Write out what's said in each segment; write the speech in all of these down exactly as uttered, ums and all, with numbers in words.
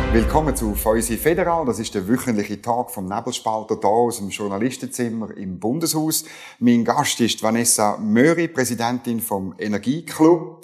Willkommen zu Feusi Federal. Das ist der wöchentliche Tag vom Nebelspalter hier aus dem Journalistenzimmer im Bundeshaus. Mein Gast ist Vanessa Möri, Präsidentin vom Energieclub.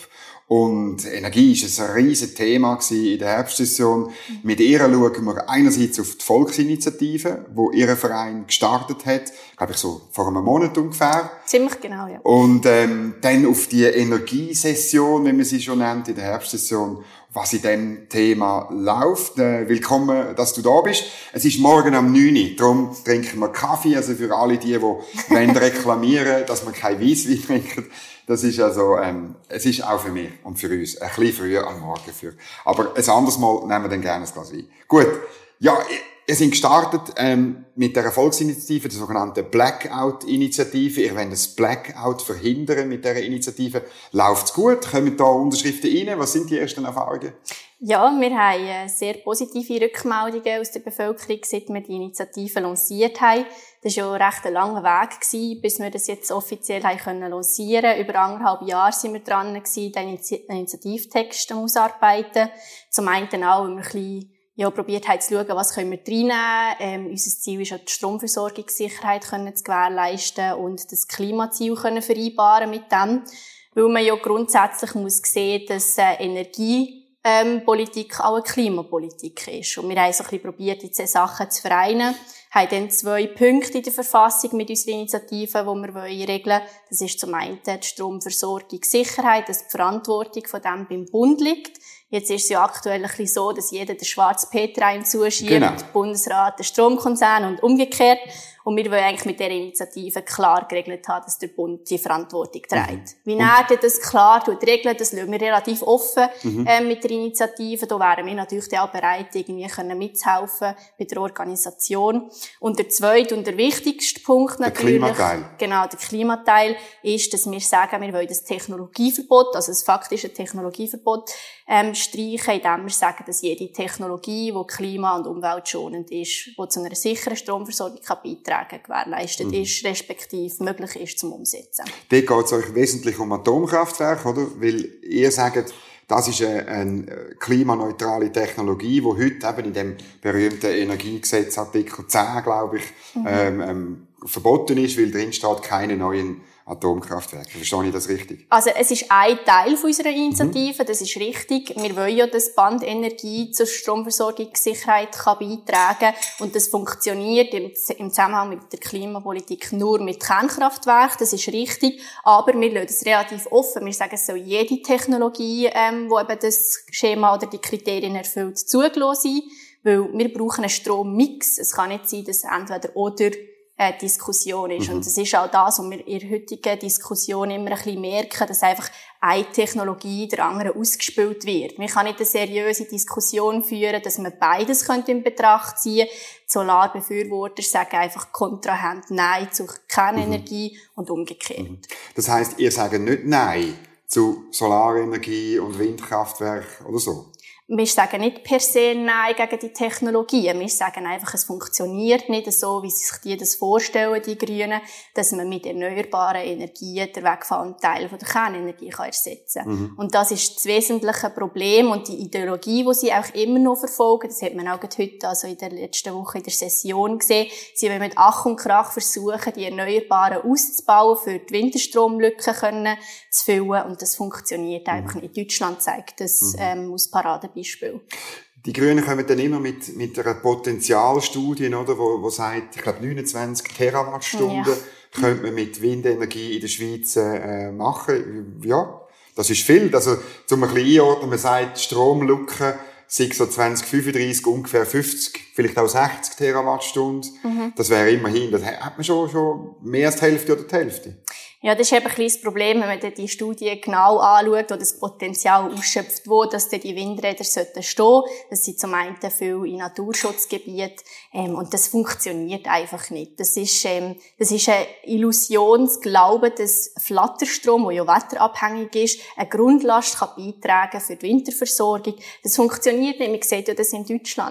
Und Energie ist ein riesiges Thema in der Herbstsession. Mit ihr schauen wir einerseits auf die Volksinitiative, die ihr Verein gestartet hat, glaube ich so vor einem Monat ungefähr. Ziemlich genau, ja. Und ähm, dann auf die Energiesession, wie man sie schon nennt, in der Herbstsession, was in diesem Thema läuft. Äh, willkommen, dass du da bist. Es ist morgen um neun Uhr, darum trinken wir Kaffee, also für alle die, die wollen reklamieren, dass wir kein Weisswein trinken. Das ist also, ähm, es ist auch für mich und für uns ein bisschen früher am Morgen für. Aber ein anderes Mal nehmen wir dann gerne ein Glas Wein. Gut. Ja, ihr seid gestartet, ähm, mit der Volksinitiative, der sogenannten Blackout-Initiative. Ihr wollt das Blackout verhindern mit dieser Initiative. Läuft's gut? Kommen da Unterschriften rein? Was sind die ersten Erfahrungen? Ja, wir haben sehr positive Rückmeldungen aus der Bevölkerung, seit wir die Initiative lanciert haben. Das war ja recht ein langer Weg gewesen, bis wir das jetzt offiziell haben können lancieren. Über anderthalb Jahre sind wir dran gewesen, den Initiativtext auszuarbeiten. Zum einen auch, weil wir ein bisschen, ja, probiert haben zu schauen, was können wir reinnehmen. Ähm, unser Ziel ist auch, die Stromversorgungssicherheit können zu gewährleisten und das Klimaziel können vereinbaren mit dem. Weil man ja grundsätzlich muss sehen, dass äh, Energie Ähm, Politik auch eine Klimapolitik ist. Und wir haben so ein bisschen probiert, die zwei Sachen zu vereinen. Wir haben dann zwei Punkte in der Verfassung mit unserer Initiative, die wir regeln wollen. Das ist zum einen die Stromversorgungssicherheit, dass die Verantwortung von dem beim Bund liegt. Jetzt ist es ja aktuell ein bisschen so, dass jeder den schwarzen Peter einem zuschiebt, genau. Der Bundesrat, der Stromkonzern und umgekehrt. Und wir wollen eigentlich mit dieser Initiative klar geregelt haben, dass der Bund die Verantwortung trägt. Mhm. Wie er das klar regelt, das lassen wir relativ offen mhm. äh, mit der Initiative. Da wären wir natürlich auch bereit, irgendwie können mitzuhelfen bei der Organisation. Und der zweite und der wichtigste Punkt natürlich, der Klimateil. Genau, der Klimateil, ist, dass wir sagen, wir wollen das Technologieverbot, also das faktische Technologieverbot, ähm, streichen, indem wir sagen, dass jede Technologie, die klima- und umweltschonend ist, die zu einer sicheren Stromversorgung beitragen kann, gewährleistet mhm. ist, respektive möglich ist zum Umsetzen. Dort geht es euch wesentlich um Atomkraftwerke, oder? Weil ihr sagt, das ist eine, eine klimaneutrale Technologie, die heute eben in dem berühmten Energiegesetz Artikel zehn, glaube ich, mhm. ähm, ähm, verboten ist, weil drin steht, keine neuen Atomkraftwerke. Verstehe ich das richtig? Also, es ist ein Teil von unserer Initiative, mhm. das ist richtig. Wir wollen ja, dass Bandenergie zur Stromversorgungssicherheit kann beitragen. Und das funktioniert im, im Zusammenhang mit der Klimapolitik nur mit Kernkraftwerken. Das ist richtig. Aber wir lassen es relativ offen. Wir sagen, es soll jede Technologie, ähm, die eben das Schema oder die Kriterien erfüllt, zugelassen sein. Weil wir brauchen einen Strommix. Es kann nicht sein, dass entweder oder Äh, Diskussion ist. Mhm. Und das ist auch das, was wir in der heutigen Diskussion immer ein bisschen merken, dass einfach eine Technologie der anderen ausgespielt wird. Man kann nicht eine seriöse Diskussion führen, dass man beides könnte in Betracht ziehen. Die Solarbefürworter sagen einfach kontrahent Nein zu Kernenergie mhm. und umgekehrt. Mhm. Das heisst, ihr sagt nicht Nein zu Solarenergie und Windkraftwerk oder so? Wir sagen nicht per se Nein gegen die Technologien. Wir sagen einfach, es funktioniert nicht so, wie sich die das vorstellen, die Grünen, dass man mit erneuerbaren Energien den wegfallenden Teil von der Kernenergie kann ersetzen kann. Mhm. Und das ist das wesentliche Problem und die Ideologie, die sie auch immer noch verfolgen. Das hat man auch heute, also in der letzten Woche in der Session gesehen. Sie wollen mit Ach und Krach versuchen, die Erneuerbaren auszubauen, für die Winterstromlücken können zu füllen. Und das funktioniert mhm. einfach nicht. Deutschland zeigt das mhm. ähm, aus Paraden. Beispiel. Die Grünen kommen dann immer mit, mit einer Potenzialstudie, oder, wo, wo sagt, ich glaube, neunundzwanzig Terawattstunden ja. könnte man mit Windenergie in der Schweiz äh, machen. Ja, das ist viel. Also, zum ein bisschen einordnen, man sagt, Stromlücke sei so zwanzig fünfunddreissig ungefähr fünfzig, vielleicht auch sechzig Terawattstunden. Mhm. Das wäre immerhin, das hat man schon, schon mehr als die Hälfte oder die Hälfte. Ja, das ist eben ein bisschen das Problem, wenn man die Studie genau anschaut, wo das Potenzial ausschöpft, wo dass die Windräder stehen sollten. Das sind zum einen viel in Naturschutzgebieten, ähm, und das funktioniert einfach nicht. Das ist, ähm, das ist eine Illusion zu glauben, dass Flatterstrom, der ja wetterabhängig ist, eine Grundlast kann beitragen für die Winterversorgung. Das funktioniert nicht. Man sieht ja das in Deutschland.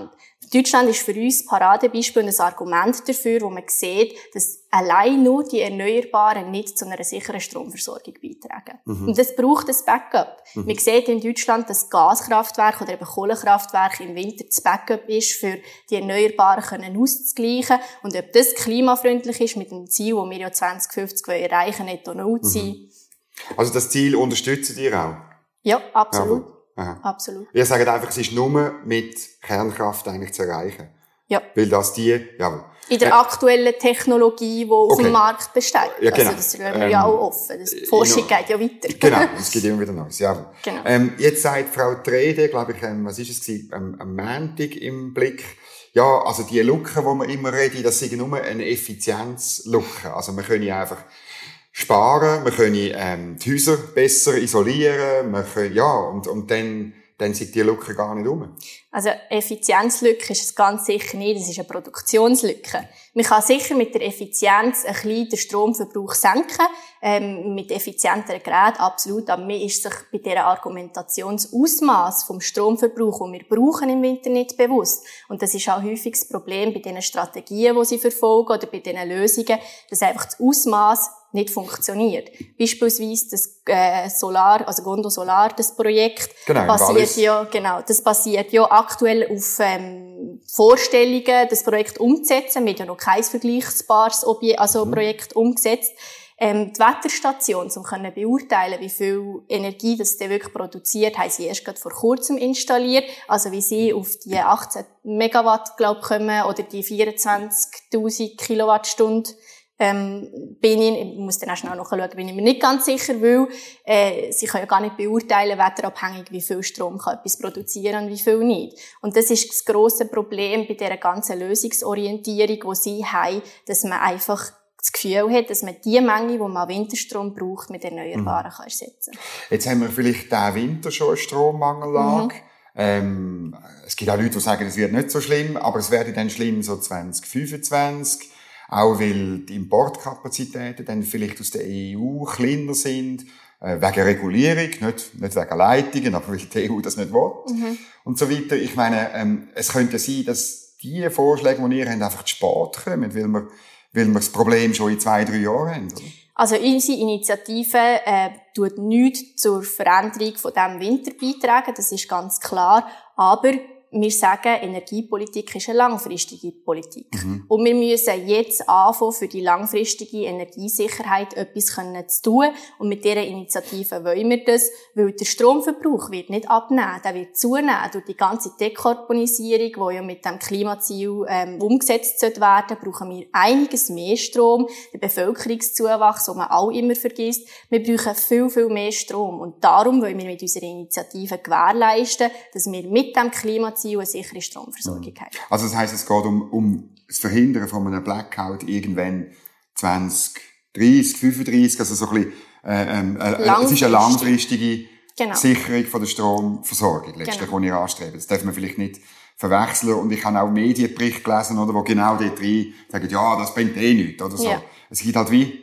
Deutschland ist für uns ein Paradebeispiel und ein Argument dafür, wo man sieht, dass allein nur die Erneuerbaren nicht zu einer sicheren Stromversorgung beitragen. Mhm. Und das braucht ein Backup. Mhm. Man sieht in Deutschland, dass Gaskraftwerke oder eben Kohlekraftwerke im Winter das Backup ist, für die Erneuerbaren können auszugleichen. Und ob das klimafreundlich ist mit dem Ziel, das wir ja zwanzig fünfzig erreichen wollen, netto null zu sein. Mhm. Also das Ziel unterstützen ihr auch? Ja, absolut. Ja. Aha. Absolut. Ihr sagt einfach, es ist nur mit Kernkraft eigentlich zu erreichen. Ja. Weil das die, ja. In der äh, aktuellen Technologie, die auf okay. dem Markt besteht. Ja, genau. Also, das sind wir ähm, ja auch offen. Das, die Forschung geht ja weiter. Genau. Es gibt immer wieder Neues. Ja. Genau. Ähm, jetzt sagt Frau Trede, glaube ich, ähm, was ist es gewesen? Ähm, am Montag im Blick. Ja, also die Lücken, wo wir immer reden, das sind nur eine Effizienzlücke. Also wir können einfach sparen, wir können ähm, die Häuser besser isolieren, wir können, ja, und, und dann, dann sind die Lücken gar nicht um. Also Effizienzlücke ist es ganz sicher nicht, das ist eine Produktionslücke. Man kann sicher mit der Effizienz ein bisschen den Stromverbrauch senken, ähm, mit effizienteren Geräten, absolut, aber mir ist sich bei dieser Argumentationsausmaß vom Stromverbrauch, den wir brauchen im Winter, nicht bewusst. Und das ist auch häufig das Problem bei diesen Strategien, die sie verfolgen, oder bei diesen Lösungen, dass einfach das Ausmaß nicht funktioniert. Beispielsweise das äh, Solar, also Gondo Solar, das Projekt, genau, basiert ja, genau, das basiert ja aktuell auf ähm, Vorstellungen, das Projekt umzusetzen. Wir haben ja noch kein vergleichbares Objekt, also mhm. Projekt umgesetzt. Ähm, die Wetterstation, um können beurteilen, wie viel Energie das der wirklich produziert, haben sie erst gerade vor kurzem installiert. Also wie sie auf die achtzehn Megawatt, glaub, kommen, oder die vierundzwanzigtausend Kilowattstunden. Ähm, bin ich, ich muss dann auch schnell nachschauen, bin ich mir nicht ganz sicher, weil äh, sie können ja gar nicht beurteilen, wetterabhängig, wie viel Strom kann etwas produzieren und wie viel nicht. Und das ist das grosse Problem bei dieser ganzen Lösungsorientierung, die sie haben, dass man einfach das Gefühl hat, dass man die Menge, die man Winterstrom braucht, mit Erneuerbaren mhm. kann ersetzen kann. Jetzt haben wir vielleicht diesen Winter schon eine Strommangellage. Mhm. Ähm, es gibt auch Leute, die sagen, es wird nicht so schlimm, aber es werde dann schlimm so zwanzig fünfundzwanzig. Auch weil die Importkapazitäten dann vielleicht aus der E U kleiner sind, äh, wegen Regulierung, nicht, nicht wegen Leitungen, aber weil die E U das nicht will. Mhm. Und so weiter. Ich meine, ähm, es könnte sein, dass die Vorschläge, die ihr habt, einfach zu spät kommen, weil wir, weil wir das Problem schon in zwei, drei Jahren haben, oder? Also unsere Initiative äh, tut nichts zur Veränderung von diesem Winter beitragen, das ist ganz klar, aber wir sagen, Energiepolitik ist eine langfristige Politik. Mhm. Und wir müssen jetzt anfangen, für die langfristige Energiesicherheit etwas zu tun. Und mit dieser Initiative wollen wir das, weil der Stromverbrauch wird nicht abnehmen, der wird zunehmen. Durch die ganze Dekarbonisierung, die ja mit dem Klimaziel ähm, umgesetzt werden, brauchen wir einiges mehr Strom. Der Bevölkerungszuwachs, den man auch immer vergisst. Wir brauchen viel, viel mehr Strom. Und darum wollen wir mit unserer Initiative gewährleisten, dass wir mit dem Klimaziel eine sichere Stromversorgung haben. Also das heisst, es geht um, um das Verhindern von einem Blackout irgendwann zwanzig dreißig, fünfunddreißig, also so ein bisschen, äh, ähm, äh, es ist eine langfristige genau. Sicherung von der Stromversorgung, letztlich, genau. die ihr anstrebt. Das darf man vielleicht nicht verwechseln. Und ich habe auch Medienberichte gelesen, oder, wo genau dort rein sagen, ja, das bringt eh nichts, oder so. Ja. Es gibt halt wie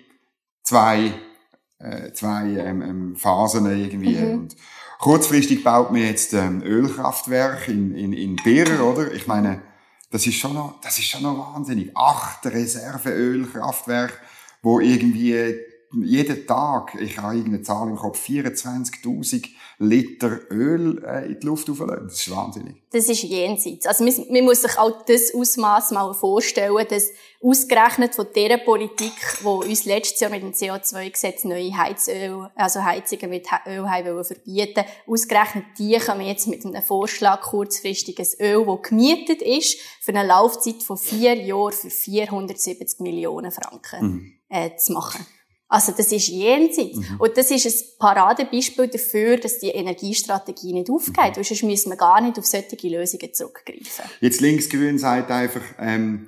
zwei, äh, zwei, ähm, ähm, Phasen irgendwie. Mhm. Und kurzfristig baut man jetzt ein Ölkraftwerk in, in, in Birr, oder? Ich meine, das ist schon noch, das ist schon noch wahnsinnig. Acht Reserveölkraftwerke, wo irgendwie jeden Tag, ich habe irgendeine Zahl im Kopf, vierundzwanzigtausend Liter Öl äh, in die Luft auflassen. Das ist wahnsinnig. Das ist jenseits. Also man, man muss sich auch das Ausmaß mal vorstellen, dass ausgerechnet von dieser Politik, die uns letztes Jahr mit dem C O zwei Gesetz neue Heizöl, also Heizungen mit Ölheim verbieten, ausgerechnet die kommen jetzt mit einem Vorschlag kurzfristiges Öl, das gemietet ist, für eine Laufzeit von vier Jahren für vierhundertsiebzig Millionen Franken mhm. äh, zu machen. Also das ist jenseits. Mhm. Und das ist ein Paradebeispiel dafür, dass die Energiestrategie nicht aufgeht. Mhm. Weil sonst müssen wir gar nicht auf solche Lösungen zurückgreifen. Jetzt Linksgrün sagt einfach, ähm,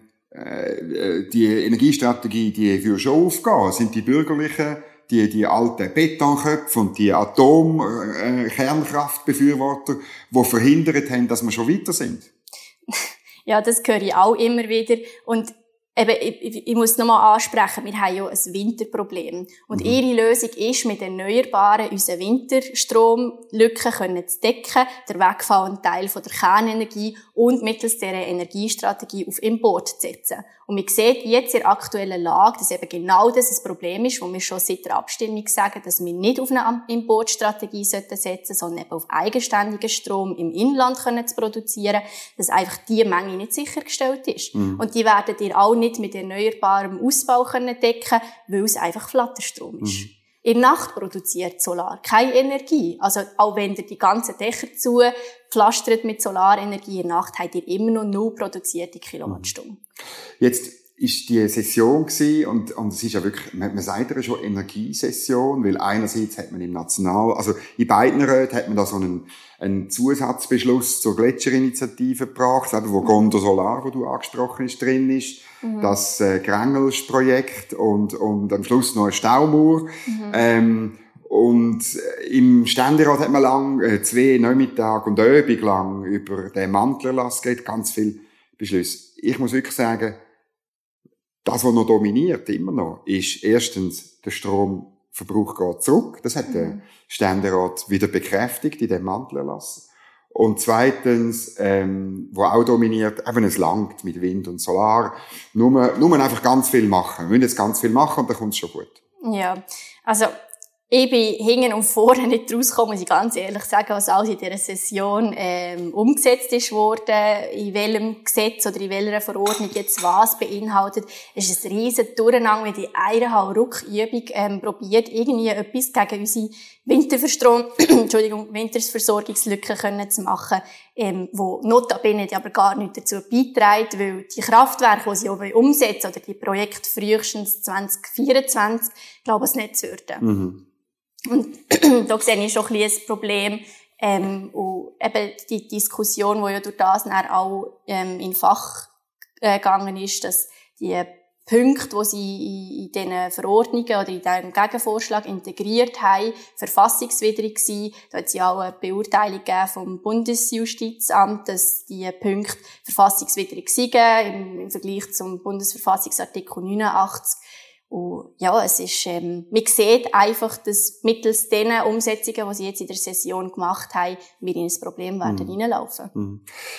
äh, die Energiestrategie, die würde schon aufgehen. Es sind die Bürgerlichen, die, die alten Betonköpfe und die Atom-Kernkraftbefürworter, die verhindert haben, dass wir schon weiter sind. Ja, das höre ich auch immer wieder. Und Eben, ich, ich muss nochmal ansprechen, wir haben ja ein Winterproblem. Und mhm. ihre Lösung ist, mit Erneuerbaren unsere Winterstromlücken können zu decken, der wegfallende Teil von der Kernenergie und mittels dieser Energiestrategie auf Import zu setzen. Und man sieht jetzt in der aktuellen Lage, dass eben genau das ein Problem ist, wo wir schon seit der Abstimmung sagen, dass wir nicht auf eine Importstrategie setzen sollten, sondern eben auf eigenständigen Strom im Inland können zu produzieren, dass einfach diese Menge nicht sichergestellt ist. Mhm. Und die werden ihr auch nicht mit erneuerbarem Ausbau können decken, weil es einfach Flatterstrom ist. Mhm. In der Nacht produziert Solar keine Energie. Also, auch wenn ihr die ganzen Dächer zu pflastert mit Solarenergie, in der Nacht habt ihr immer noch null produzierte Kilowattstunden. Jetzt ist die Session gewesen, und, und es ist ja wirklich, man, man sagt ja schon Energiesession, weil einerseits hat man im National, also in beiden Räten hat man da so einen, einen Zusatzbeschluss zur Gletscherinitiative gebracht, wo mhm. Gondo Solar, wo du angesprochen hast, drin ist, mhm. das äh, Grängelsch-Projekt und, und am Schluss noch eine Staumauer. Mhm. Ähm, und im Ständerat hat man lang, äh, zwei Nachmittag und Übung lang über den Mantlerlass geht, ganz viel Beschlüsse. Ich muss wirklich sagen, das, was noch dominiert, immer noch, ist erstens, der Stromverbrauch geht zurück. Das hat mhm. der Ständerat wieder bekräftigt in dem Mantlerlass. Und zweitens, ähm, wo auch dominiert, eben es langt mit Wind und Solar. Nur, nur einfach ganz viel machen. Wir müssen jetzt ganz viel machen und dann kommt es schon gut. Ja, also, ich bin hinten und vorne nicht rausgekommen, muss ich ganz ehrlich sagen, was alles in dieser Session ähm, umgesetzt ist worden, in welchem Gesetz oder in welcher Verordnung jetzt was beinhaltet. Es ist ein riesen Durcheinander, mit in einer Ruckübung ähm, probiert, irgendwie etwas gegen unsere Winterverstrom Entschuldigung, Wintersversorgungslücke können zu machen, ähm, wo notabene aber gar nicht dazu beiträgt, weil die Kraftwerke, die sie auch umsetzen oder die Projekte frühestens zwanzig vierundzwanzig, glaube ich, es nicht würden. Mhm. Und da sehe ich schon ein bisschen ein Problem. Ähm, und eben die Diskussion, die ja durch das dann auch ähm, in Fach äh, gegangen ist, dass die Punkte, die sie in, in diesen Verordnungen oder in diesem Gegenvorschlag integriert haben, verfassungswidrig waren. Da hat es ja auch eine Beurteilung gegeben vom Bundesjustizamt, dass die Punkte verfassungswidrig sind im, im Vergleich zum Bundesverfassungsartikel neunundachtzig. Und ja, es ist, ähm, man sieht einfach, dass mittels den Umsetzungen, die sie jetzt in der Session gemacht haben, wir in ein Problem werden mhm. reinlaufen. Mhm.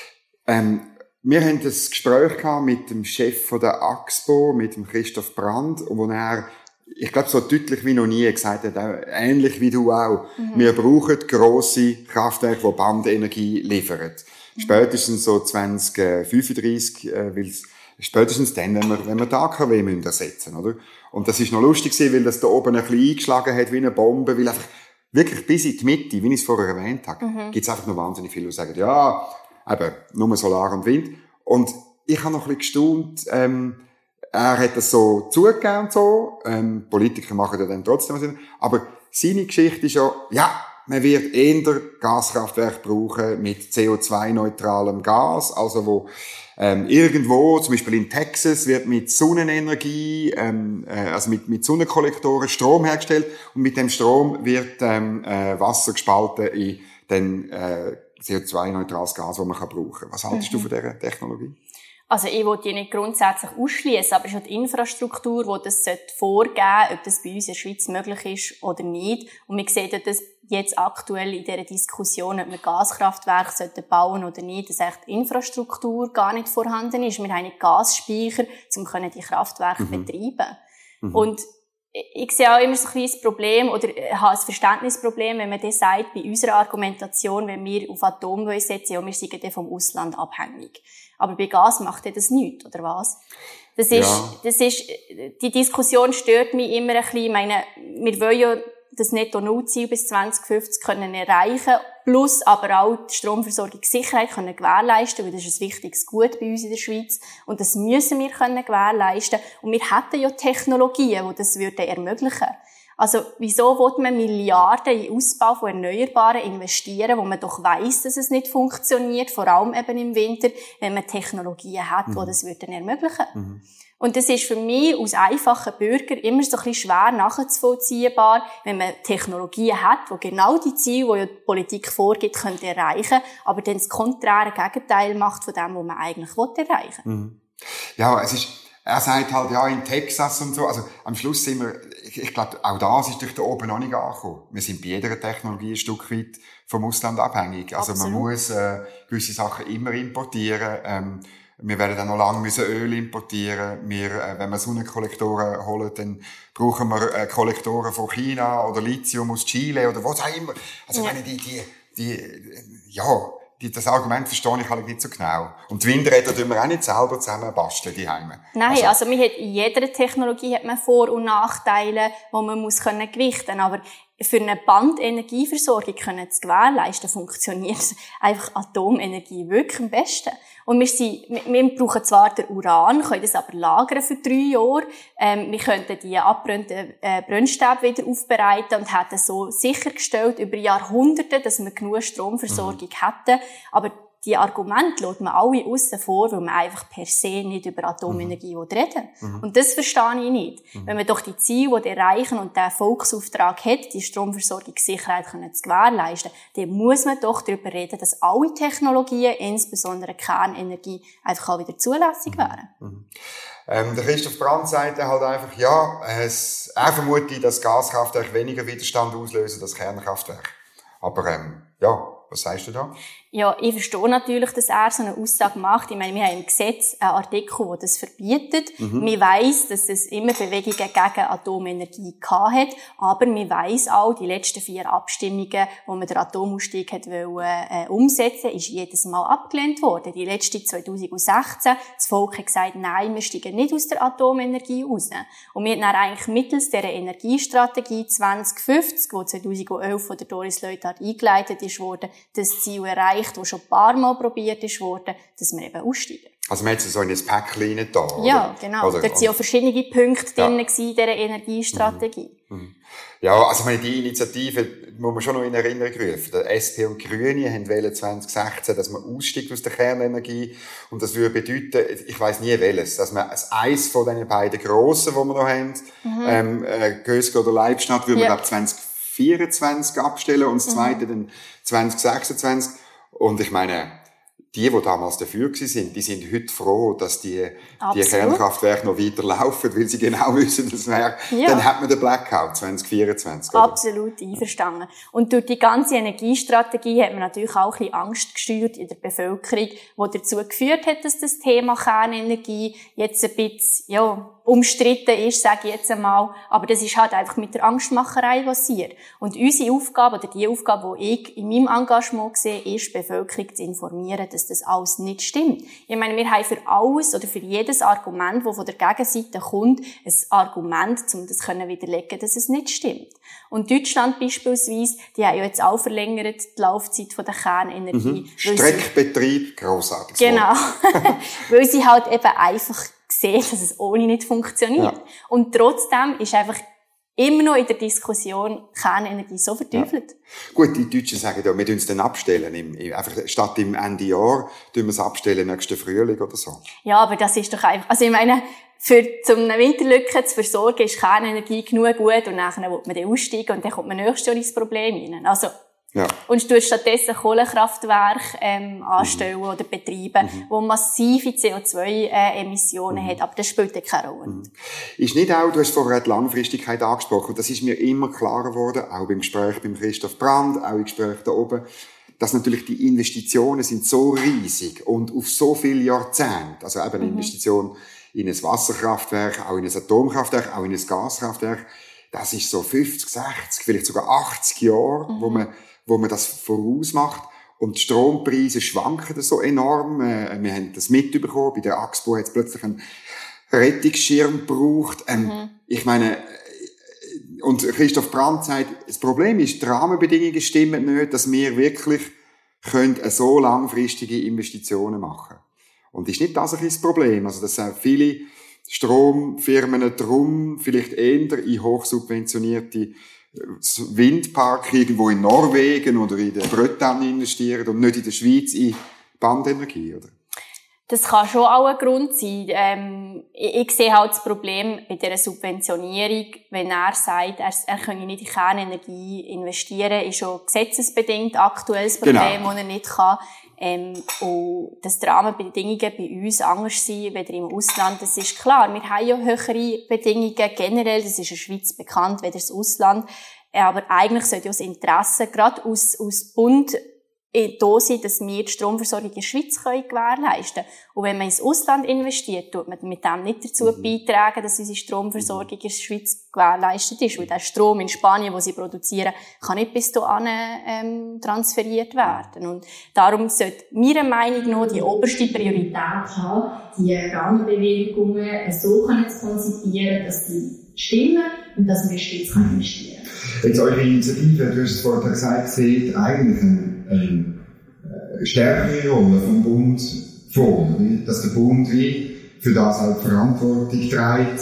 Ähm, wir haben ein Gespräch gehabt mit dem Chef von der AXPO, mit dem Christoph Brand, wo er, ich glaube, so deutlich wie noch nie gesagt hat, auch ähnlich wie du auch, mhm. wir brauchen grosse Kraftwerke, die Bandenergie liefern. Mhm. Spätestens so zwanzig fünfunddreissig, äh, weil spätestens dann, wenn wir, wenn wir die A K W müssen ersetzen, oder? Und das ist noch lustig gewesen, weil das da oben ein bisschen eingeschlagen hat wie eine Bombe, weil einfach wirklich bis in die Mitte, wie ich es vorher erwähnt habe, mhm. gibt es einfach noch wahnsinnig viele, die sagen, ja, eben, nur Solar und Wind. Und ich habe noch ein bisschen gestaunt, ähm, er hat das so zugegeben und so, ähm, Politiker machen ja dann trotzdem was, aber seine Geschichte ist ja, ja, man wird eher Gaskraftwerke brauchen mit C O zwei neutralem Gas, also wo ähm, irgendwo, zum Beispiel in Texas, wird mit Sonnenenergie, ähm, äh, also mit, mit Sonnenkollektoren Strom hergestellt und mit dem Strom wird ähm, äh, Wasser gespalten in den äh, C O zwei neutrales Gas, das man kann brauchen. Was haltest mhm. du von dieser Technologie? Also ich will die nicht grundsätzlich ausschließen, aber es ist die Infrastruktur, die das vorgeben sollte, ob das bei uns in der Schweiz möglich ist oder nicht. Und wir sehen das jetzt aktuell in dieser Diskussion, ob wir Gaskraftwerke bauen sollten oder nicht, dass echt die Infrastruktur gar nicht vorhanden ist. Wir haben nicht Gasspeicher, um die Kraftwerke mhm. betreiben. Mhm. Und ich sehe auch immer so ein kleines Problem oder habe ein Verständnisproblem, wenn man das sagt, bei unserer Argumentation, wenn wir auf Atom setzen, ja, wir sind dann vom Ausland abhängig. Aber bei Gas macht das nichts, oder was? Das ist, ja. das ist, die Diskussion stört mich immer ein bisschen. Ich meine, wir wollen ja das Netto-Null-Ziel bis zwanzig fünfzig können erreichen, plus aber auch die Stromversorgungssicherheit können gewährleisten, weil das ist ein wichtiges Gut bei uns in der Schweiz. Und das müssen wir können gewährleisten. Und wir hätten ja Technologien, die das würden ermöglichen. Also, wieso will man Milliarden in den Ausbau von Erneuerbaren investieren, wo man doch weiss, dass es nicht funktioniert, vor allem eben im Winter, wenn man Technologien hat, mhm. die das würden ermöglichen. Mhm. Und das ist für mich als einfacher Bürger immer so ein bisschen schwer nachzuvollziehbar, wenn man Technologien hat, die genau die Ziele, die ja die Politik vorgibt, können erreichen, aber dann das konträre Gegenteil macht von dem, was man eigentlich erreichen will. Mhm. Ja, es ist, er sagt halt, ja, in Texas und so. Also, am Schluss sind wir, ich, ich glaube, auch das ist durch da oben noch nicht angekommen. Wir sind bei jeder Technologie ein Stück weit vom Ausland abhängig. Also, Absolut. Man muss, äh, gewisse Sachen immer importieren. Ähm, wir werden dann noch lange müssen Öl importieren. Wir, äh, wenn wir Sonnenkollektoren holen, dann brauchen wir äh, Kollektoren von China oder Lithium aus Chile oder was auch immer. Also, ja. wenn ich die, die, die, ja, die, das Argument verstehe ich halt nicht so genau. Und die Windräder tun wir auch nicht selber zusammen basteln, die Heime. Nein, also, also man hat, in jeder Technologie hat man Vor- und Nachteile, die man muss können gewichten. Aber für eine Bandenergieversorgung können zu gewährleisten, funktioniert einfach Atomenergie wirklich am besten. Und wir, sind, wir, wir brauchen zwar den Uran, können das aber lagern für drei Jahre. Ähm, wir könnten die abgebrannten äh, Brennstäbe wieder aufbereiten und hätten so sichergestellt über Jahrhunderte, dass wir genug Stromversorgung mhm. hätten. Aber die Argumente lässt man alle aussen vor, weil man einfach per se nicht über Atomenergie mhm. reden will. Mhm. Und das verstehe ich nicht. Mhm. Wenn man doch die Ziele, die erreichen und den Volksauftrag hat, die Stromversorgungssicherheit zu gewährleisten, dann muss man doch darüber reden, dass alle Technologien, insbesondere Kernenergie, einfach auch wieder zulässig wären. Mhm. Ähm, der Christoph Brand sagt halt einfach, ja, es, er vermutet, dass Gaskraftwerke weniger Widerstand auslösen als Kernkraftwerke. Aber, ähm, ja, was sagst du da? Ja, ich verstehe natürlich, dass er so eine Aussage macht. Ich meine, wir haben im Gesetz einen Artikel, der das verbietet. Mhm. Wir weiss, dass es immer Bewegungen gegen Atomenergie gehabt hat. Aber wir weiss auch, die letzten vier Abstimmungen, wo man den Atomausstieg hat wollen, äh, umsetzen, ist jedes Mal abgelehnt worden. Die letzte zwanzig sechzehn, das Volk hat gesagt, nein, wir steigen nicht aus der Atomenergie raus. Und wir haben dann eigentlich mittels dieser Energiestrategie zwanzig fünfzig, die zwanzig elf von der Doris Leuthard eingeleitet ist worden, das Ziel erreicht, das schon ein paar Mal probiert ist worden, dass wir eben aussteigen. Also man hat so in ein Päckchen rein da, oder? Ja, genau. Oder, Dort waren auch verschiedene Punkte ja. drin in dieser Energiestrategie. Mhm. Mhm. Ja, also meine, die Initiative muss man schon noch in Erinnerung rufen. Der S P und die Grüne haben zwanzig sechzehn, dass man aussteigt aus der Kernenergie. Und das würde bedeuten, ich weiss nie welches, dass man eins von den beiden grossen, die wir noch haben, mhm. ähm, äh, Gösgen oder Leibstadt, würde ja. man, glaube zwanzig vierundzwanzig abstellen und das zweite mhm. dann zwanzig sechsundzwanzig. Und ich meine, die, die damals dafür gewesen sind, die sind heute froh, dass die, die Kernkraftwerke noch weiter laufen, weil sie genau wissen, das wäre, ja. dann hat man den Blackout zwanzig vierundzwanzig. Oder? Absolut einverstanden. Und durch die ganze Energiestrategie hat man natürlich auch ein bisschen Angst geschürt in der Bevölkerung, die dazu geführt hat, dass das Thema Kernenergie jetzt ein bisschen, ja, umstritten ist, sage ich jetzt einmal. Aber das ist halt einfach mit der Angstmacherei passiert. Und unsere Aufgabe, oder die Aufgabe, die ich in meinem Engagement sehe, ist, die Bevölkerung zu informieren, dass das alles nicht stimmt. Ich meine, wir haben für alles oder für jedes Argument, das von der Gegenseite kommt, ein Argument, um das zu widerlegen, dass es nicht stimmt. Und Deutschland beispielsweise, die haben ja jetzt auch verlängert die Laufzeit von der Kernenergie. Mhm. Streckbetrieb, grossartig. Genau. Weil sie halt eben einfach sehen, dass es ohne nicht funktioniert. Ja. Und trotzdem ist einfach immer noch in der Diskussion Kernenergie so verteufelt. Ja. Gut, die Deutschen sagen ja, wir tun es dann abstellen. Im, im, einfach statt im Ende Jahr tun wir es abstellen, nächsten Frühling oder so. Ja, aber das ist doch einfach, also ich meine, für, zum eine Winterlücke zu versorgen, ist Kernenergie genug gut und nachher will man dann aussteigen und dann kommt man nächstes Jahr ins Problem rein. Also, ja. Und du stattdessen Kohlekraftwerke ähm, anstellen mhm. oder betreiben, mhm. wo massive C O zwei Emissionen mhm. hat, aber das spielt ja keine Rolle. Mhm. Ist nicht auch, du hast vorher die Langfristigkeit angesprochen, das ist mir immer klarer geworden, auch beim Gespräch beim Christoph Brand, auch im Gespräch da oben, dass natürlich die Investitionen sind so riesig und auf so viele Jahrzehnte, also eben eine mhm. Investition in ein Wasserkraftwerk, auch in ein Atomkraftwerk, auch in ein Gaskraftwerk, das ist so fünfzig, sechzig, vielleicht sogar achtzig Jahre, mhm. wo man wo man das vorausmacht. Und die Strompreise schwanken so enorm. Äh, wir haben das mitbekommen. Bei der Axpo hat es plötzlich einen Rettungsschirm gebraucht. Ähm, mhm. Ich meine, äh, und Christoph Brand sagt, das Problem ist, die Rahmenbedingungen stimmen nicht, dass wir wirklich können so langfristige Investitionen machen. Und ist nicht das ein das Problem? Also, das sind viele Stromfirmen drum, vielleicht eher in hochsubventionierte Windpark irgendwo in Norwegen oder in der Bretagne investieren und nicht in der Schweiz in Bandenergie, oder? Das kann schon auch ein Grund sein. Ähm, ich, ich sehe halt das Problem bei dieser Subventionierung, wenn er sagt, er, er könne nicht in Kernenergie investieren, ist schon gesetzesbedingt aktuelles Problem, genau. das er nicht kann. Ähm, und dass die Rahmenbedingungen bei uns anders sind als im Ausland, das ist klar. Wir haben ja höhere Bedingungen generell, das ist in der Schweiz bekannt, wie das Ausland. Aber eigentlich sollte ja das Interesse gerade aus, aus Bund da sein, dass wir die Stromversorgung in der Schweiz gewährleisten können. Und wenn man ins Ausland investiert, tut man mit dem nicht dazu beitragen, dass unsere Stromversorgung in der Schweiz gewährleistet ist. Weil der Strom in Spanien, den sie produzieren, kann nicht bis dahin ähm, transferiert werden. Und darum sollte meiner Meinung nach die oberste Priorität haben, die Rahmenbewegungen so zu konzipieren, dass sie stimmen und dass wir in der Schweiz investieren können. Jetzt eure Initiative, du hast es vorhin gesagt, sieht eigentlich eine, eine stärkere Rolle vom Bund vor, dass der Bund wie für das halt Verantwortung trägt.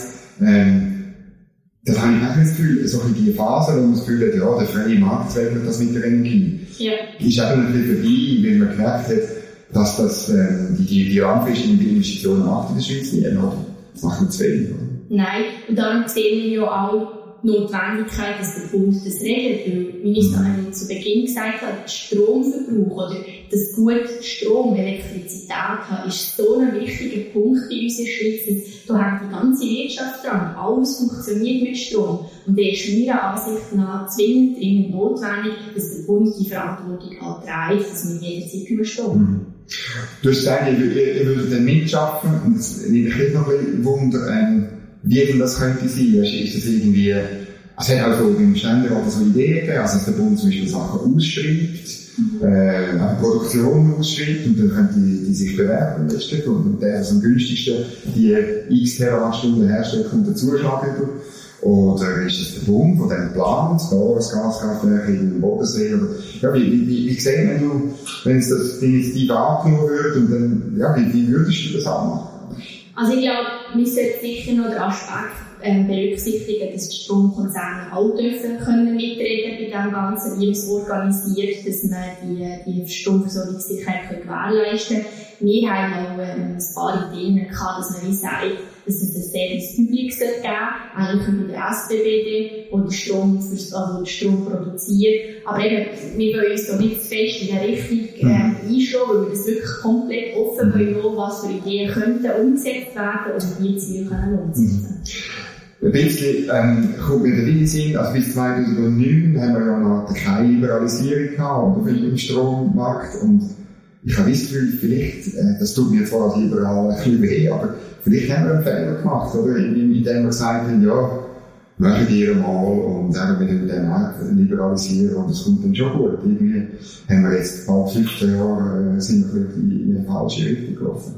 Ähm, das habe ich auch das Gefühl, so in die Phase, wo man das Gefühl hat, ja, der freie Markt regelt das mit der Energie. Ja. Ist eben ein bisschen vorbei, weil man gemerkt hat, dass das, ähm, die, die, die langfristigen Investitionen macht in der Schweiz nicht, oder? Das macht nicht zu wenig, oder? Nein, und darum sehen wir ja auch die Notwendigkeit, dass der Bund das regelt. Weil, wie ich es zu Beginn gesagt habe, der Stromverbrauch oder das gute Strom, Elektrizität haben, ist so ein wichtiger Punkt in unserer Schweiz. Da hängt die ganze Wirtschaft dran. Alles funktioniert mit Strom. Und da ist meiner Ansicht nach zwingend dringend notwendig, dass der Bund die Verantwortung auch trägt, dass wir jederzeit über Strom haben. Du hast gesagt, ihr, ihr, ihr würdet dann mitschaffen. Und das nimmt mich noch ein bisschen Wunder, ähm, wie denn das könnte sein? Ist das irgendwie, also es hat auch so im Ständerat so Ideen gegeben, also dass der Bund zum Beispiel Sachen ausschreibt, mhm. äh, eine Produktion ausschreibt und dann können die, die sich bewerben letztlich und, und der, also am günstigsten die x Terawattstunden herstellt, kommt der Zuschlag über. Oder ist es der Bund, der dann plant, da ein Gaskraftwerk in den Bodensee oder, ja, wie, wie, wie, wie sehen, wenn du, wenn es das Initiative angenommen wird und dann, ja, wie, wie würdest du das anmachen? Also ich glaube, wir sollten sicher noch den Aspekt ähm, berücksichtigen, dass die Stromkonzerne auch dürfen können mitreden bei dem Ganzen, wie man es organisiert, dass man die, die Stromversorgungssicherheit gewährleisten kann. Wir haben auch ähm, ein paar Ideen gehabt, dass man wie sagt, dass es ein Service Public geben sollte, eigentlich über den S B B D, wo der Strom, also den Strom produziert. Aber eben, wir wollen uns da nicht zu fest in der Richtung ähm, einschlagen, weil wir das wirklich komplett offen wollen, was für Ideen könnten umgesetzt werden und wie Ziele können umsetzen. Ein bisschen ähm, kommt mir der Idee Sinn, also bis zweitausendneun haben wir ja noch keine Liberalisierung gehabt, oder, im Strommarkt. Und ich habe das Gefühl, vielleicht, äh, das tut mir zwar als Liberal ein bisschen weh, aber vielleicht haben wir einen Fehler gemacht, oder? Indem wir gesagt haben, ja, machen wir mal und sagen wir den Markt liberalisieren und das kommt dann schon gut. Irgendwie haben wir jetzt bald fünfzehn Jahre, äh, sind wir in eine falsche Richtung gelaufen.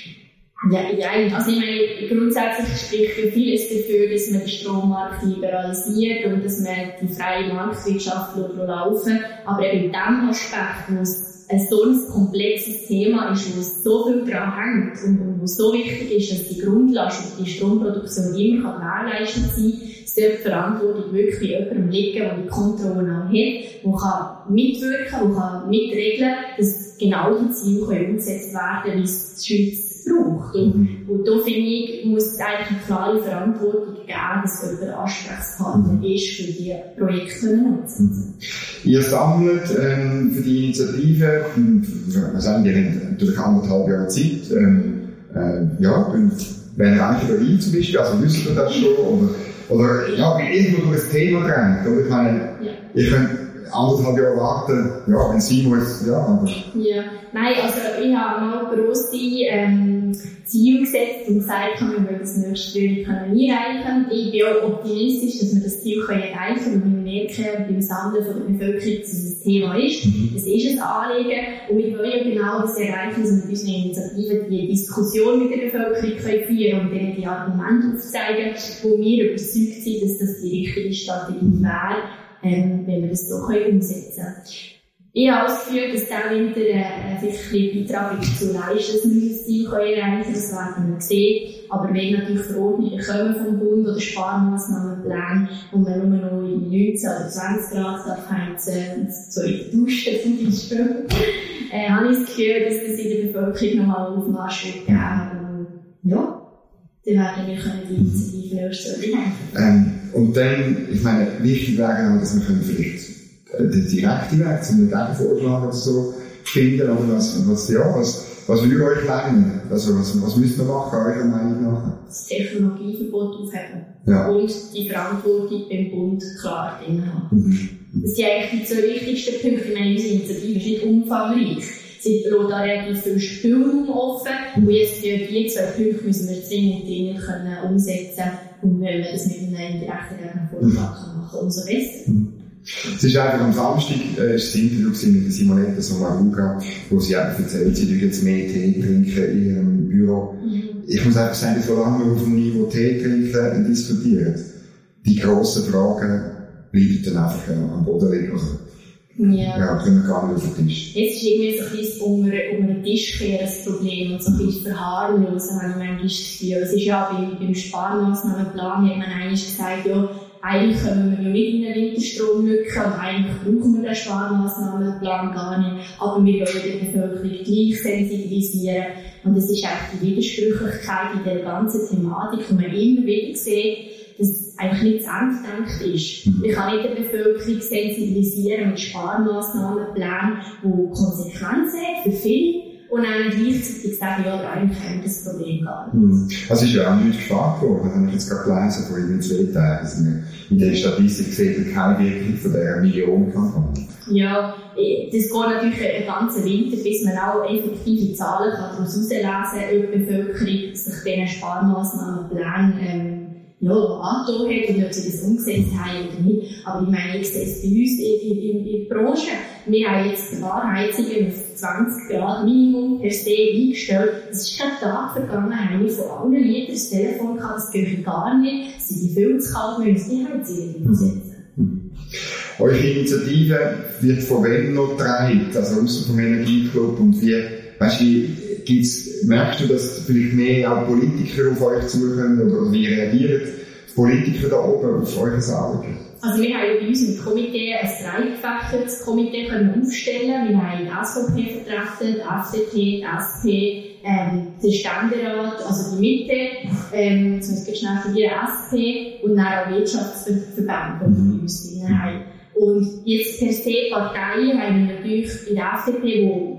Ja, ja, also ich meine, grundsätzlich spricht ja vieles dafür, dass man den Strommarkt liberalisiert und dass man die freie Marktwirtschaft laufen lässt. Aber eben in diesem Aspekt, wo es ein so ein komplexes Thema ist, wo es so viel daran hängt und, und wo es so wichtig ist, dass die Grundlage für die Stromproduktion immer gewährleistet sein kann, sollte die Verantwortung wirklich bei jemandem liegen, der die Kontrolle auch hat, der kann mitwirken kann, der kann mitregeln, dass genau die Ziele umgesetzt werden, wie es die Schweiz braucht. Und, und da finde ich, muss es eigentlich eine klare Verantwortung geben, dass jemand ein Ansprechpartner ist, für die Projekte umzusetzen. Ihr sammelt ähm, für die Initiative, wir sagen, ihr habt natürlich anderthalb Jahre Zeit, ähm, äh, ja, und wenn ihr eigentlich bereit zum Beispiel, also wisst ihr das schon, oder, oder ja, wie irgendwo durch das Thema drängt, oder? Ich meine, ja. Ihr könnt anderthalb Jahre warten, ja, wenn es sein muss, ja, aber... Ja, nein, also ich habe mal grosse ähm, Ziele gesetzt und gesagt, wir wollen das nächste Jahr einreichen. Ich bin auch optimistisch, dass wir das Ziel erreichen können, und wir merken beim Sammeln von der Bevölkerung, dass es ein Thema ist. Mhm. Es ist ein Anliegen und wir wollen ja genau das erreichen, dass wir mit unseren Initiativen die Diskussion mit der Bevölkerung führen können und ihnen die Argumente aufzeigen, wo wir überzeugt sind, dass das die richtige Strategie wäre, Ähm, wenn wir das so können umsetzen können. Ich habe das Gefühl, dass dieser Winter äh, vielleicht ein Beitrag dazu leistet, dass wir das Ziel erreichen können. Das werden wir sehen. Aber wenn natürlich Verordnungen kommen vom Bund oder Sparmaßnahmenpläne und man nur noch in neunzehn oder zwanzig Grad darf heizen und so in der Dusche zum Beispiel, äh, habe ich das Gefühl, dass das in der Bevölkerung nochmal Aufmarsch wird geben. Und ja, dann werden wir können die Initiative nächstes Jahr ähm, Und dann, ich meine, wichtig wäre auch, dass wir können vielleicht den direkten Weg zu einem Gegenvorschlag oder so finden, oder was, was, ja, was, was will euch lernen? Also, was, was müsst ihr machen, eurer Meinung nach? Das Technologieverbot aufheben. Ja. Und die Verantwortung beim Bund klar drin haben. Mhm. Das sind eigentlich die zwei wichtigsten Punkte. Ich meine, unsere Initiative ist nicht umfangreich. Sie lässt da relativ viel Spielraum offen. Mhm. Und jetzt für die zwei Punkte müssen wir zwingend dringend können umsetzen. Und wenn wir das mit einem direkten Vorschlag machen können, umso besser. Mhm. Es ist einfach am Samstag, äh, ist das Interview mit der Simonetta Sommaruga, wo sie einfach erzählt, sie dürfen jetzt mehr Tee trinken in ihrem Büro. Mhm. Ich muss einfach sagen, solange wir auf dem Niveau Tee trinken diskutieren, die grossen Fragen bleiben dann einfach äh, am Boden liegen. Ja. Ja, können wir gar nicht auf den Tisch. Jetzt ist irgendwie so ein bisschen unter, unter den Tisch kehren das Problem und so ein bisschen verharmlosen, habe ich manchmal das Gefühl. Es ist ja bei, beim Sparmaßnahmenplan, hat man eigentlich gesagt, ja, eigentlich kommen wir ja nicht in eine Winterstrommlücke und eigentlich brauchen wir den Sparmaßnahmenplan gar nicht, aber wir wollen die Bevölkerung gleich sensibilisieren. Und das ist eigentlich die Widersprüchlichkeit in der ganzen Thematik, wo man immer wieder sieht, dass es eigentlich nicht zu Ende gedacht ist. Man kann nicht die Bevölkerung sensibilisieren mit Sparmaßnahmenplänen, die Konsequenzen haben für viele. Und dann gleichzeitig sagen, ja, eigentlich haben wir das Problem gar nicht. Mhm. Also ist ja auch nicht gespart worden. Das habe ich jetzt gerade gelesen, vor über zwei Tagen. Also in der Statistik sieht man keine Wirkung von dieser Millionenkampagne. Ja, das geht natürlich einen ganzen Winter, bis man auch effektive Zahlen kann daraus herauslesen kann, ob die Bevölkerung sich diesen Sparmaßnahmenplänen ähm, ja, angetan hat und ob sie das umgesetzt haben oder nicht. Aber ich meine, ich sehe es bei uns in, in, in der Branche. Wir haben jetzt die Warheizungen auf zwanzig Grad Minimum per se eingestellt. Es ist kein Tag vergangen, haben wir von allen Liedern das Telefon gehabt, das geht gar nicht. Sie sind viel zu kalt, müssen die Heizungen umsetzen. Mhm. Eure Initiative wird von wem noch getragen? Also außer vom Energieclub und wie, weißt du, gibt's, merkst du, dass vielleicht mehr auch Politiker auf euch zukommen oder wie reagieren die Politiker da oben auf eure Anliegen? Also wir haben bei uns im Komitee ein dreigefächertes Komitee können aufstellen. Wir haben die S V P vertreten, die F D P, die S P, ähm, den Ständerat, also die Mitte, ähm, jetzt muss ich schnell studieren, S P und dann auch Wirtschaftsverbände, die wir bei uns drin haben. Und jetzt per se Parteien haben wir natürlich in der F D P,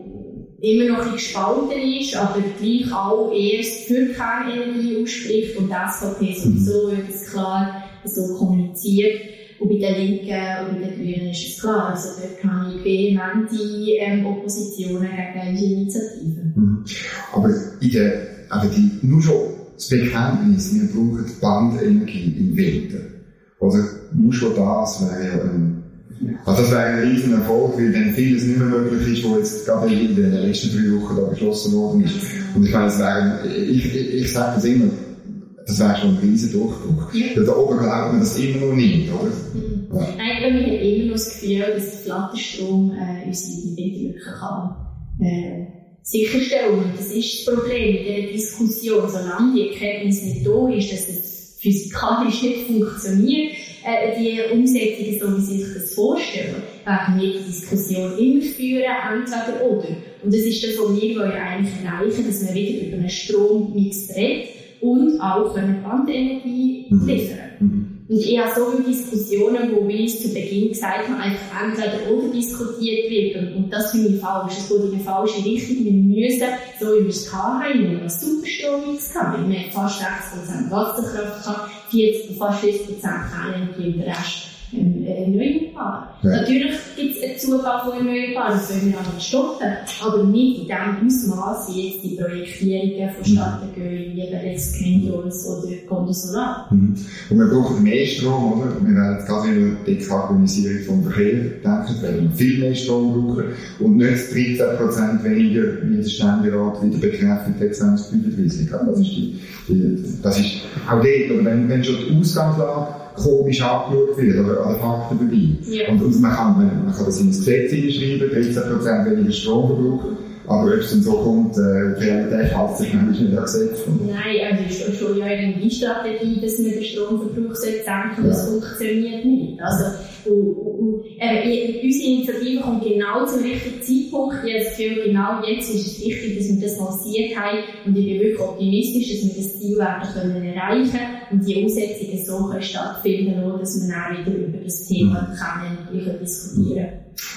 die immer noch ein bisschen gespalten ist, aber gleich auch erst für Kernenergie ausspricht und die S V P sowieso wird es klar so kommuniziert. Und bei den Linken und bei den Grünen ist es klar. Also dort habe ich vehemente ähm, Oppositionen gegen diese Initiativen. Mhm. Aber in der, aber die, nur schon das Bekenntnis, wir brauchen Bandenergie im Winter. Oder nur schon das wäre ja ein, also das wäre ein riesen Erfolg, weil dann vieles nicht mehr möglich ist, was jetzt gerade in den letzten drei Wochen da beschlossen worden ist. Und ich meine, es wäre, ich, ich, ich sage das immer, das wäre schon ein riesen Durchbruch. Ja. Da oben glaubt man das immer noch nicht, oder? Mhm. Ja. Nein, aber wir haben immer noch das Gefühl, dass der Flatterstrom äh, unsere Winterlücke kann äh, sicherstellen. Und das ist das Problem in dieser Diskussion. Solange die Erkenntnis nicht da ist, dass es physikalisch nicht funktioniert, äh, die Umsetzung, so wie sie sich das vorstellen, werden wir die Diskussion immer führen, entweder oder. Und das ist das, was wir eigentlich erreichen, dass wir wieder über einen Strommix reden und auch eine Bandenergie liefern. Mhm. Und ich habe so viele Diskussionen, wo wir uns zu Beginn gesagt haben, einfach entweder oder diskutiert wird. Und, und das finde ich falsch. Es geht in eine falsche Richtung. Wir müssen, so wie wir es hatten, wir haben einen Superstrommix gehabt. Wir haben fast sechzig Prozent Wasserkraft gehabt, vierzig, fast vierzig Prozent Kernenergie und der Rest ähm, erneuerbar. Ja. Natürlich gibt es einen Zufall von erneuerbar, das wollen wir auch nicht stoppen, aber nicht in dem Ausmaß wie jetzt die Projektierungen von Stadtengöin, wie bereits Kendrons oder Condosolar. Mhm. Und wir brauchen mehr Strom, oder? Wir werden jetzt gerade in der Dekarbonisierung vom Verkehr denken, wir werden viel mehr Strom brauchen und nicht dreizehn Prozent weniger, wie der Ständerat wieder bekräftigt hat, zwanzig fünfunddreißig. Das ist, die, die, das ist auch dort, oder wenn, wenn schon die Ausgangslage komisch angeschaut wird, oder an den Fakten vorbei. Ja. Und, und man, kann, man, man kann das in das Gesetz hineinschreiben, dreizehn Prozent weniger Strom verbrauchen, aber ob es dann so kommt, äh, die Realität hält sich nämlich nicht an Gesetz. Nein, also es ist schon ja eine Energiestrategie, dass man den Stromverbrauch senken sollte, das ja. funktioniert nicht. Also, und, und, äh, unsere Initiative kommt genau zum richtigen Zeitpunkt. Ich habe das Gefühl, genau jetzt ist es wichtig, dass wir das lanciert haben. Und ich bin wirklich optimistisch, dass wir das Ziel werden können erreichen und die Umsetzungen so können stattfinden, dass wir dann wieder über das Thema Kernenergie diskutieren können.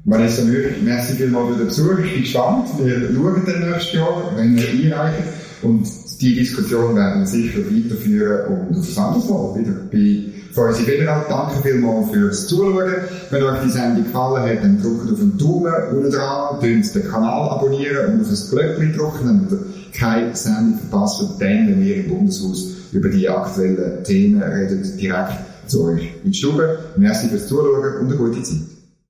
Vanessa Müller, merci vielmals für den Besuch. Ich bin gespannt. Wir schauen dann nächstes Jahr, wenn wir einreichen. Und die Diskussion werden wir sicher weiterführen und auf das andere Mal wieder bei Feusi Federal. Danke vielmals fürs Zuschauen. Wenn euch die Sendung gefallen hat, dann drückt auf den Daumen unten dran, tönt den Kanal abonnieren und auf das Glöckchen drücken, damit ihr keine Sendung verpasst. Dann, wenn wir im Bundeshaus über die aktuellen Themen reden, direkt zu euch in die Stube. Merci fürs Zuschauen und eine gute Zeit.